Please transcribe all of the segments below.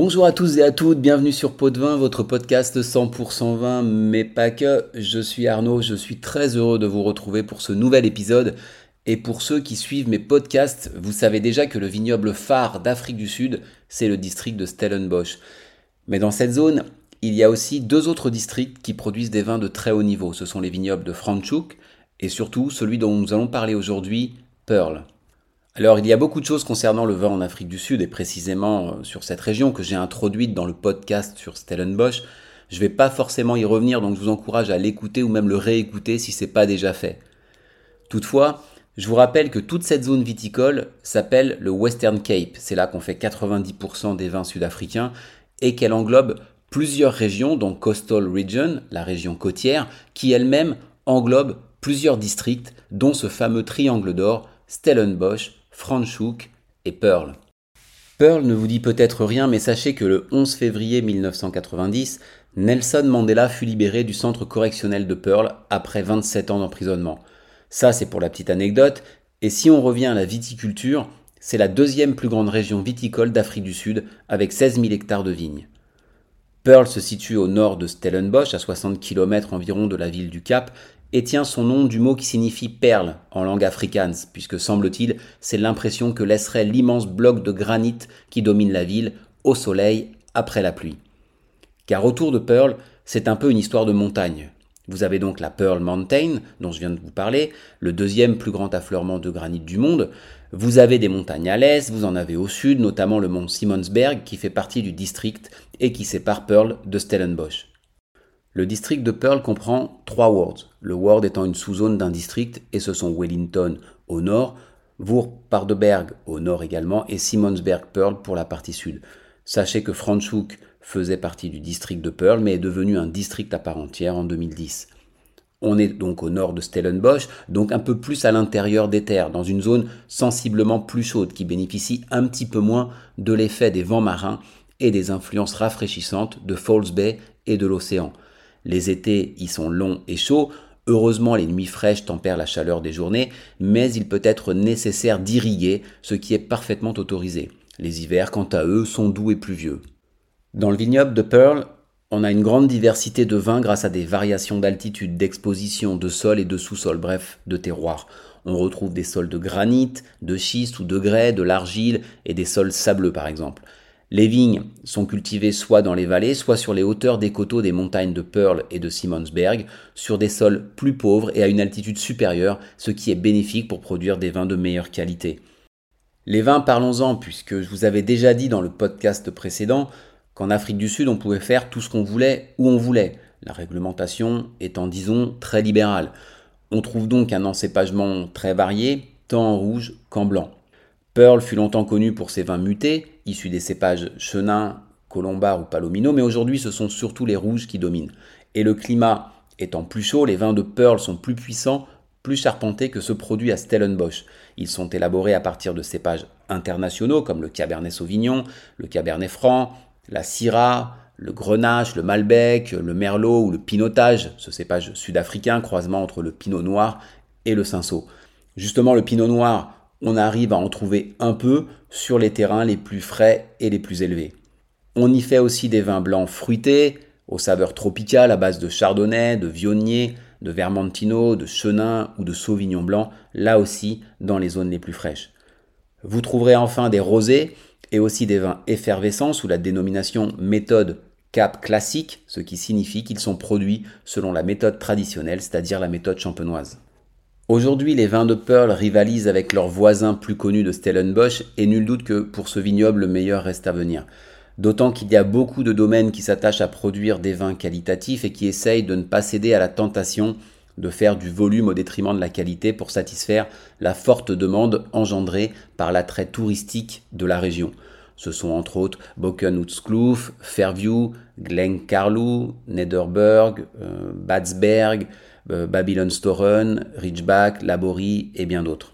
Bonjour à tous et à toutes, bienvenue sur Pot de Vin, votre podcast 100% vin, mais pas que. Je suis Arnaud, je suis très heureux de vous retrouver pour ce nouvel épisode. Et pour ceux qui suivent mes podcasts, vous savez déjà que le vignoble phare d'Afrique du Sud, c'est le district de Stellenbosch. Mais dans cette zone, il y a aussi deux autres districts qui produisent des vins de très haut niveau. Ce sont les vignobles de Franschhoek et surtout celui dont nous allons parler aujourd'hui, Pearl. Alors, il y a beaucoup de choses concernant le vin en Afrique du Sud et précisément sur cette région que j'ai introduite dans le podcast sur Stellenbosch. Je ne vais pas forcément y revenir, donc je vous encourage à l'écouter ou même le réécouter si ce n'est pas déjà fait. Toutefois, je vous rappelle que toute cette zone viticole s'appelle le Western Cape. C'est là qu'on fait 90% des vins sud-africains et qu'elle englobe plusieurs régions, dont Coastal Region, la région côtière, qui elle-même englobe plusieurs districts, dont ce fameux triangle d'or, Stellenbosch, Franschhoek et Pearl. Pearl ne vous dit peut-être rien, mais sachez que le 11 février 1990, Nelson Mandela fut libéré du centre correctionnel de Pearl après 27 ans d'emprisonnement. Ça, c'est pour la petite anecdote. Et si on revient à la viticulture, c'est la deuxième plus grande région viticole d'Afrique du Sud, avec 16 000 hectares de vignes. Pearl se situe au nord de Stellenbosch, à 60 km environ de la ville du Cap, et tient son nom du mot qui signifie perle en langue afrikaans, puisque semble-t-il, c'est l'impression que laisserait l'immense bloc de granit qui domine la ville, au soleil, après la pluie. Car autour de Pearl, c'est un peu une histoire de montagne. Vous avez donc la Pearl Mountain, dont je viens de vous parler, le deuxième plus grand affleurement de granit du monde. Vous avez des montagnes à l'est, vous en avez au sud, notamment le mont Simonsberg, qui fait partie du district et qui sépare Pearl de Stellenbosch. Le district de Pearl comprend 3 wards, le ward étant une sous-zone d'un district, et ce sont Wellington au nord, Voorpaardenberg au nord également, et Simonsberg-Pearl pour la partie sud. Sachez que Franschhoek faisait partie du district de Pearl, mais est devenu un district à part entière en 2010. On est donc au nord de Stellenbosch, donc un peu plus à l'intérieur des terres, dans une zone sensiblement plus chaude, qui bénéficie un petit peu moins de l'effet des vents marins et des influences rafraîchissantes de False Bay et de l'océan. Les étés y sont longs et chauds, heureusement les nuits fraîches tempèrent la chaleur des journées, mais il peut être nécessaire d'irriguer, ce qui est parfaitement autorisé. Les hivers, quant à eux, sont doux et pluvieux. Dans le vignoble de Pearl, on a une grande diversité de vins grâce à des variations d'altitude, d'exposition, de sol et de sous-sol, bref, de terroir. On retrouve des sols de granit, de schiste ou de grès, de l'argile et des sols sableux par exemple. Les vignes sont cultivées soit dans les vallées, soit sur les hauteurs des coteaux des montagnes de Pearl et de Simonsberg, sur des sols plus pauvres et à une altitude supérieure, ce qui est bénéfique pour produire des vins de meilleure qualité. Les vins, parlons-en, puisque je vous avais déjà dit dans le podcast précédent qu'en Afrique du Sud, on pouvait faire tout ce qu'on voulait où on voulait, la réglementation étant, disons, très libérale. On trouve donc un encépagement très varié, tant en rouge qu'en blanc. Pearl fut longtemps connu pour ses vins mutés, issus des cépages Chenin, Colombard ou Palomino, mais aujourd'hui ce sont surtout les rouges qui dominent. Et le climat étant plus chaud, les vins de Pearl sont plus puissants, plus charpentés que ceux produits à Stellenbosch. Ils sont élaborés à partir de cépages internationaux comme le Cabernet Sauvignon, le Cabernet Franc, la Syrah, le Grenache, le Malbec, le Merlot ou le Pinotage, ce cépage sud-africain, croisement entre le Pinot Noir et le Cinsault. Justement, le Pinot Noir, on arrive à en trouver un peu sur les terrains les plus frais et les plus élevés. On y fait aussi des vins blancs fruités, aux saveurs tropicales à base de chardonnay, de viognier, de vermentino, de chenin ou de sauvignon blanc, là aussi dans les zones les plus fraîches. Vous trouverez enfin des rosés et aussi des vins effervescents sous la dénomination méthode Cap classique, ce qui signifie qu'ils sont produits selon la méthode traditionnelle, c'est-à-dire la méthode champenoise. Aujourd'hui, les vins de Pearl rivalisent avec leurs voisins plus connus de Stellenbosch et nul doute que pour ce vignoble, le meilleur reste à venir. D'autant qu'il y a beaucoup de domaines qui s'attachent à produire des vins qualitatifs et qui essayent de ne pas céder à la tentation de faire du volume au détriment de la qualité pour satisfaire la forte demande engendrée par l'attrait touristique de la région. Ce sont entre autres Bokenhoutskloef, Fairview, Glencarlou, Nederburg, Badsberg, Babylonstoren, Ridgeback, Laborie et bien d'autres.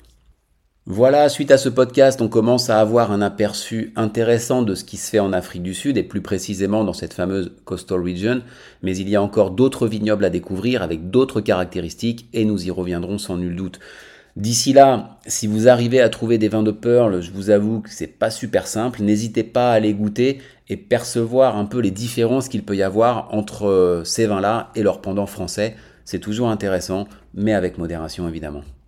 Voilà, suite à ce podcast, on commence à avoir un aperçu intéressant de ce qui se fait en Afrique du Sud et plus précisément dans cette fameuse Coastal Region, mais il y a encore d'autres vignobles à découvrir avec d'autres caractéristiques et nous y reviendrons sans nul doute. D'ici là, si vous arrivez à trouver des vins de Pearl, je vous avoue que c'est pas super simple. N'hésitez pas à les goûter et percevoir un peu les différences qu'il peut y avoir entre ces vins-là et leur pendant français. C'est toujours intéressant, mais avec modération évidemment.